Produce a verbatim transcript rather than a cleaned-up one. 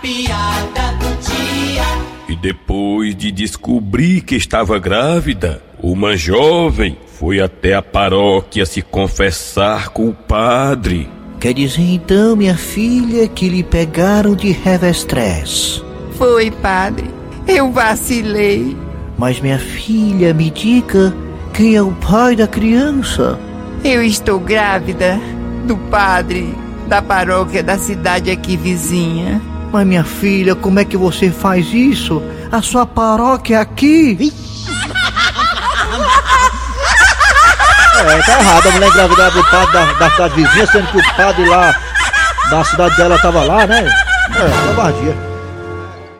piada do dia. E depois de descobrir que estava grávida, uma jovem foi até a paróquia se confessar com o padre. Quer dizer então, minha filha, que lhe pegaram de revestrez? Foi, padre. Eu vacilei. Mas minha filha, me diga, quem é o pai da criança? Eu estou grávida do padre da paróquia da cidade aqui vizinha. Mas minha filha, como é que você faz isso? A sua paróquia é aqui? É, tá errado a mulher engravidar do padre da, da cidade vizinha, sendo que o padre lá da cidade dela tava lá, né? É, covardia.